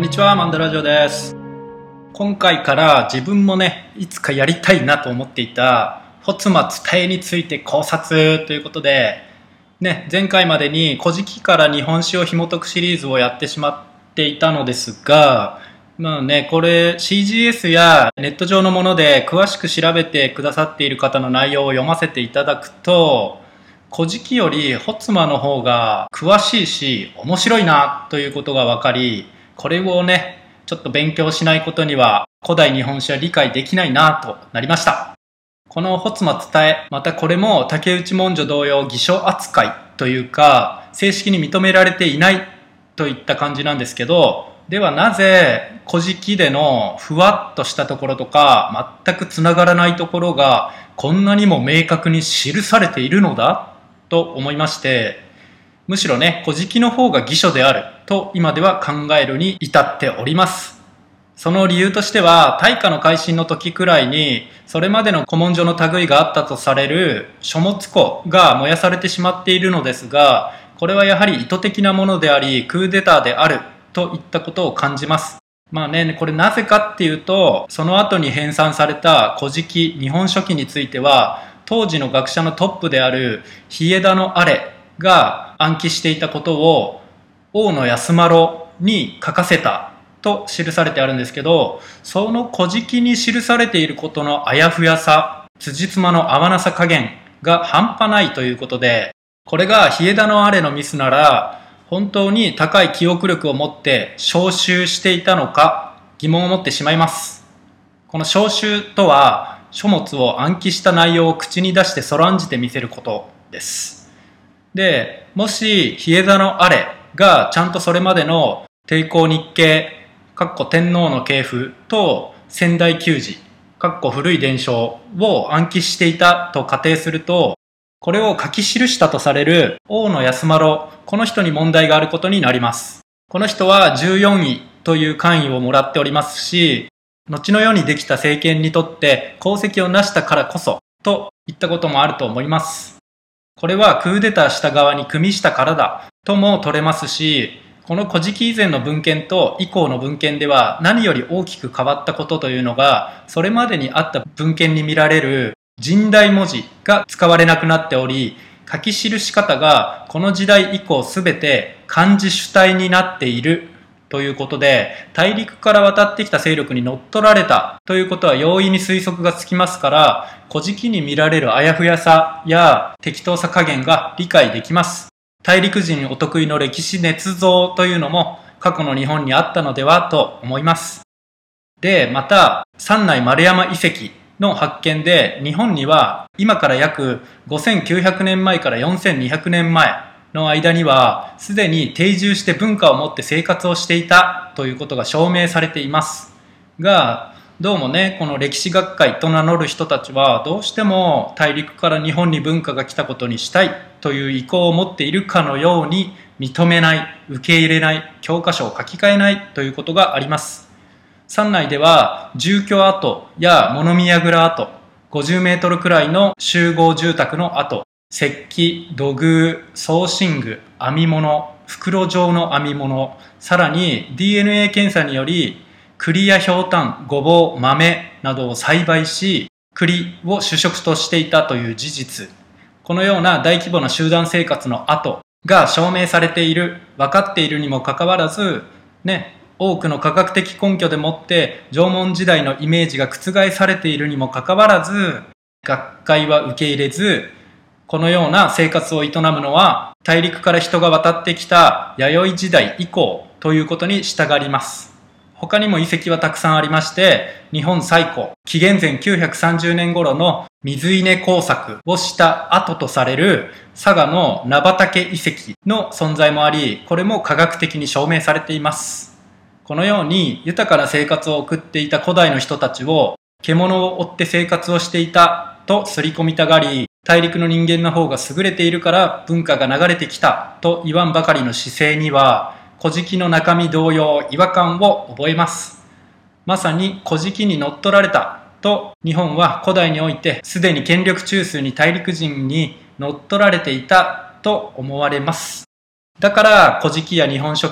にちは、マンダラジオです。今回から自分もね、いつかやりたいなと思っていた穂妻伝えについて考察ということで、ね、前回までに古事記から日本史を紐解くシリーズをやってしまっていたのですが、まあね、これ CGS やネット上のもので詳しく調べてくださっている方の内容を読ませていただくと、古事記より穂妻の方が詳しいし面白いなということが分かり、これをねちょっと勉強しないことには古代日本史は理解できないなとなりました。この穂妻伝え、またこれも竹内文書同様偽書扱いというか正式に認められていないといった感じなんですけど、ではなぜ古事記でのふわっとしたところとか全くつながらないところがこんなにも明確に記されているのだと思いまして、むしろね古事記の方が偽書であると今では考えるに至っております。その理由としては、大化の改新の時くらいにそれまでの古文書の類があったとされる書物庫が燃やされてしまっているのですが、これはやはり意図的なものでありクーデターであるといったことを感じます。まあね、これなぜかっていうと、その後に編纂された古事記日本書紀については当時の学者のトップである稗田のアレが暗記していたことを大野安丸に書かせたと記されてあるんですけど、その古事記に記されていることのあやふやさ、辻褄の合わなさ加減が半端ないということで、これが稗田のアレのミスなら本当に高い記憶力を持って召集していたのか疑問を持ってしまいます。この召集とは書物を暗記した内容を口に出してそらんじてみせることです。で、もし稗田のアレがちゃんとそれまでの帝公日経天皇の系譜と仙台旧字古い伝承を暗記していたと仮定すると、これを書き記したとされる大野安丸、この人に問題があることになります。この人は14位という官位をもらっておりますし、後の世にできた政権にとって功績を成したからこそといったこともあると思います。これはクーデターした側に組みしたからだとも取れますし、この古事記以前の文献と以降の文献では何より大きく変わったことというのが、それまでにあった文献に見られる甚大文字が使われなくなっており、書き記し方がこの時代以降すべて漢字主体になっているということで、大陸から渡ってきた勢力に乗っ取られたということは容易に推測がつきますから、古事記に見られるあやふやさや適当さ加減が理解できます。大陸人お得意の歴史捏造というのも過去の日本にあったのではと思います。で、また三内丸山遺跡の発見で、日本には今から約5900年前から4200年前の間にはすでに定住して文化を持って生活をしていたということが証明されていますが、どうもねこの歴史学会と名乗る人たちはどうしても大陸から日本に文化が来たことにしたいという意向を持っているかのように、認めない、受け入れない、教科書を書き換えないということがあります。山内では住居跡や物見櫓跡、50メートルくらいの集合住宅の跡、石器、土偶、装身具、編み物、袋状の編み物、さらに DNA 検査により栗やひょうたん、ごぼう、豆などを栽培し、栗を主食としていたという事実、このような大規模な集団生活の跡が証明されている、分かっているにもかかわらずね、多くの科学的根拠でもって縄文時代のイメージが覆されているにもかかわらず、学会は受け入れず、このような生活を営むのは大陸から人が渡ってきた弥生時代以降ということに従います。他にも遺跡はたくさんありまして、日本最古、紀元前930年頃の水稲耕作をした後とされる佐賀の菜畑遺跡の存在もあり、これも科学的に証明されています。このように豊かな生活を送っていた古代の人たちを獣を追って生活をしていたと刷り込みたがり、大陸の人間の方が優れているから文化が流れてきたと言わんばかりの姿勢には、古事記の中身同様違和感を覚えます。まさに古事記に乗っ取られたと日本は古代においてすでに権力中枢に大陸人に乗っ取られていたと思われます。だから古事記や日本書紀、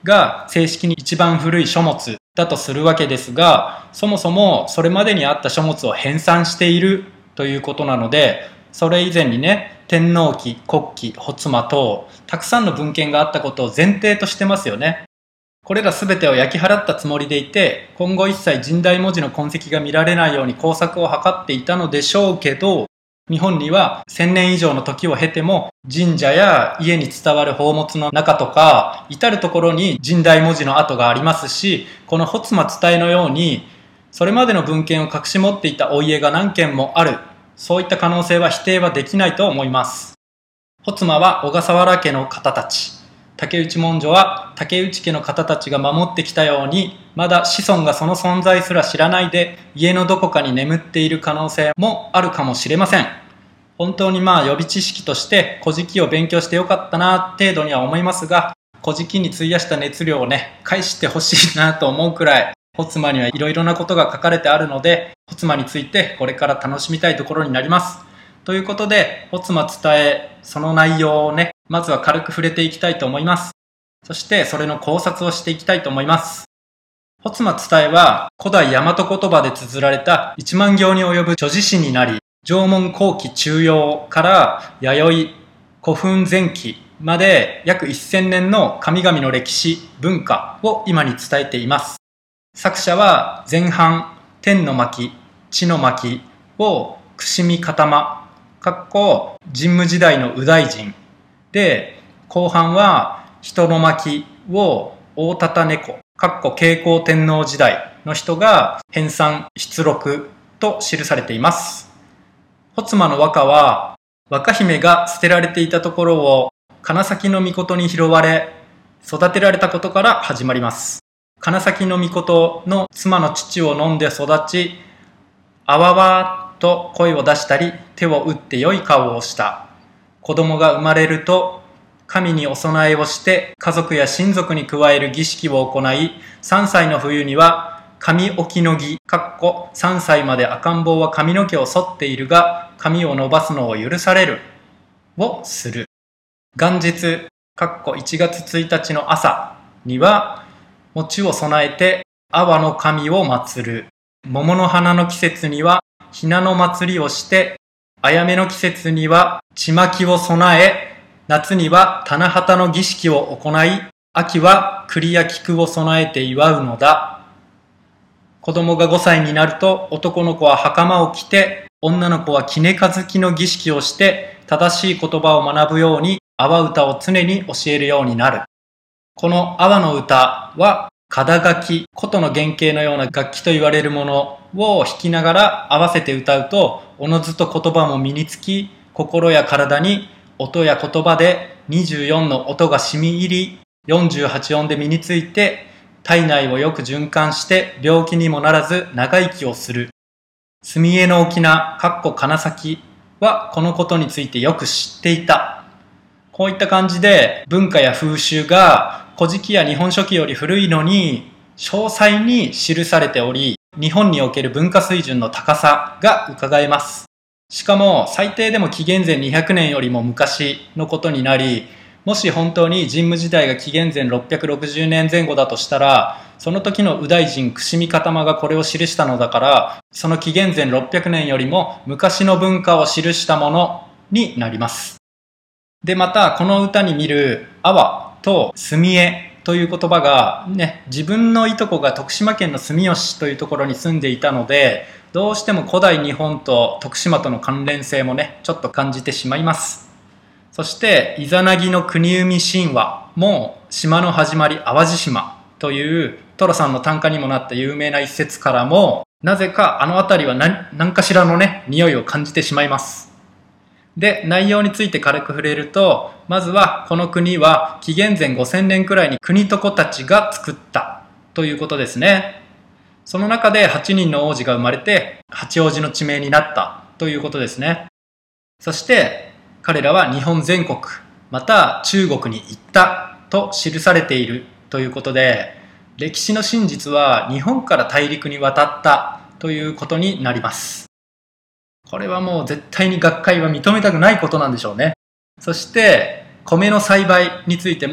が正式に一番古い書物だとするわけですが、そもそもそれまでにあった書物を編纂しているということなので、それ以前にね、天皇記、国記、保妻等たくさんの文献があったことを前提としてますよね。これら全てを焼き払ったつもりでいて、今後一切神代文字の痕跡が見られないように工作を図っていたのでしょうけど、日本には1000年以上の時を経ても神社や家に伝わる宝物の中とか至るところに神代文字の跡がありますし、この保妻伝のようにそれまでの文献を隠し持っていたお家が何件もある、そういった可能性は否定はできないと思います。保妻は小笠原家の方たち、竹内文書は竹内家の方たちが守ってきたように、まだ子孫がその存在すら知らないで家のどこかに眠っている可能性もあるかもしれません。本当に予備知識として古事記を勉強してよかったな程度には思いますが、古事記に費やした熱量を返してほしいなと思うくらい、保妻にはいろいろなことが書かれてあるので、保妻についてこれから楽しみたいところになります。ということで、保妻伝その内容をまずは軽く触れていきたいと思います。そしてそれの考察をしていきたいと思います。保妻伝は古代大和言葉で綴られた1万行に及ぶ叙事詩になり、縄文後期中葉から弥生、古墳前期まで約1000年の神々の歴史、文化を今に伝えています。作者は前半、天の巻、地の巻を伏見片間、神武時代の右大臣で、後半は人の巻を大忠猫、慶光天皇時代の人が編纂出録と記されています。保妻の和歌は、若姫が捨てられていたところを金崎の命に拾われ育てられたことから始まります。金崎の命の妻の乳を飲んで育ち、あわわーと声を出したり手を打って良い顔をした。子供が生まれると神にお供えをして家族や親族に加える儀式を行い、3歳の冬には髪置きの儀、3歳まで赤ん坊は髪の毛を剃っているが髪を伸ばすのを許されるをする。元日、1月1日の朝には餅を供えて阿波の神を祀る。桃の花の季節にはひなの祭りをして、あやめの季節にはちまきを備え、夏には七夕の儀式を行い、秋は栗や菊を備えて祝うのだ。子供が5歳になると男の子は袴を着て、女の子は杵飾の儀式をして正しい言葉を学ぶように阿波歌を常に教えるようになる。この阿波の歌は肩楽器、琴の原型のような楽器と言われるものを弾きながら合わせて歌うと、おのずと言葉も身につき、心や体に音や言葉で24の音が染み入り、48音で身について体内をよく循環して病気にもならず長生きをする。住江の翁、金崎はこのことについてよく知っていた。こういった感じで文化や風習が古事記や日本書紀より古いのに詳細に記されており、日本における文化水準の高さが伺えます。しかも最低でも紀元前200年よりも昔のことになり、もし本当に神武時代が紀元前660年前後だとしたら、その時の右大臣伏見片間がこれを記したのだから、その紀元前600年よりも昔の文化を記したものになります。で、またこの歌に見る阿波と住江という言葉が自分のいとこが徳島県の住吉というところに住んでいたので、どうしても古代日本と徳島との関連性もちょっと感じてしまいます。そしてイザナギの国生み神話も、島の始まり淡路島という寅さんの短歌にもなった有名な一節からも、なぜかあの辺りは何かしらの匂いを感じてしまいます。で、内容について軽く触れると、まずはこの国は紀元前5000年くらいに国と子たちが作ったということですね。その中で8人の王子が生まれて八王子の地名になったということですね。そして彼らは日本全国また中国に行ったと記されているということで、歴史の真実は日本から大陸に渡ったということになります。これはもう絶対に学会は認めたくないことなんでしょうね。そして米の栽培についても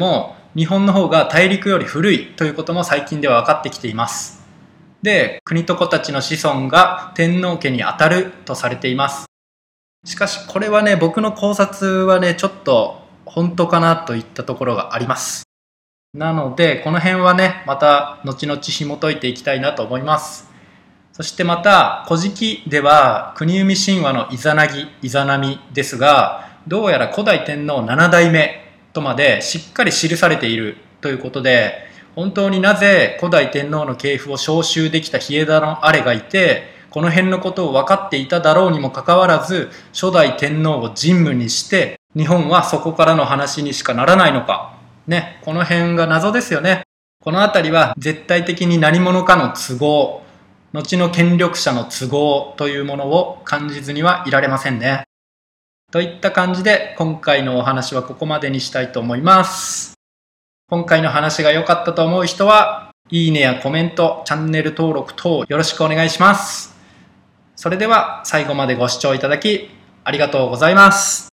日本の方が大陸より古いということも最近では分かってきています。で、国と子たちの子孫が天皇家にあたるとされています。しかしこれはね、僕の考察はね、ちょっと本当かなといったところがあります。なのでこの辺はね、また後々紐解いていきたいなと思います。そしてまた古事記では国生み神話のイザナギ、イザナミですが、どうやら古代天皇7代目とまでしっかり記されているということで、本当になぜ古代天皇の系譜を召集できた稗田のアレがいて、この辺のことを分かっていただろうにもかかわらず、初代天皇を神武にして日本はそこからの話にしかならないのかね、この辺が謎ですよね。このあたりは絶対的に何者かの都合、後の権力者の都合というものを感じずにはいられませんね。といった感じで今回のお話はここまでにしたいと思います。今回の話が良かったと思う人は、いいねやコメント、チャンネル登録等よろしくお願いします。それでは最後までご視聴いただきありがとうございます。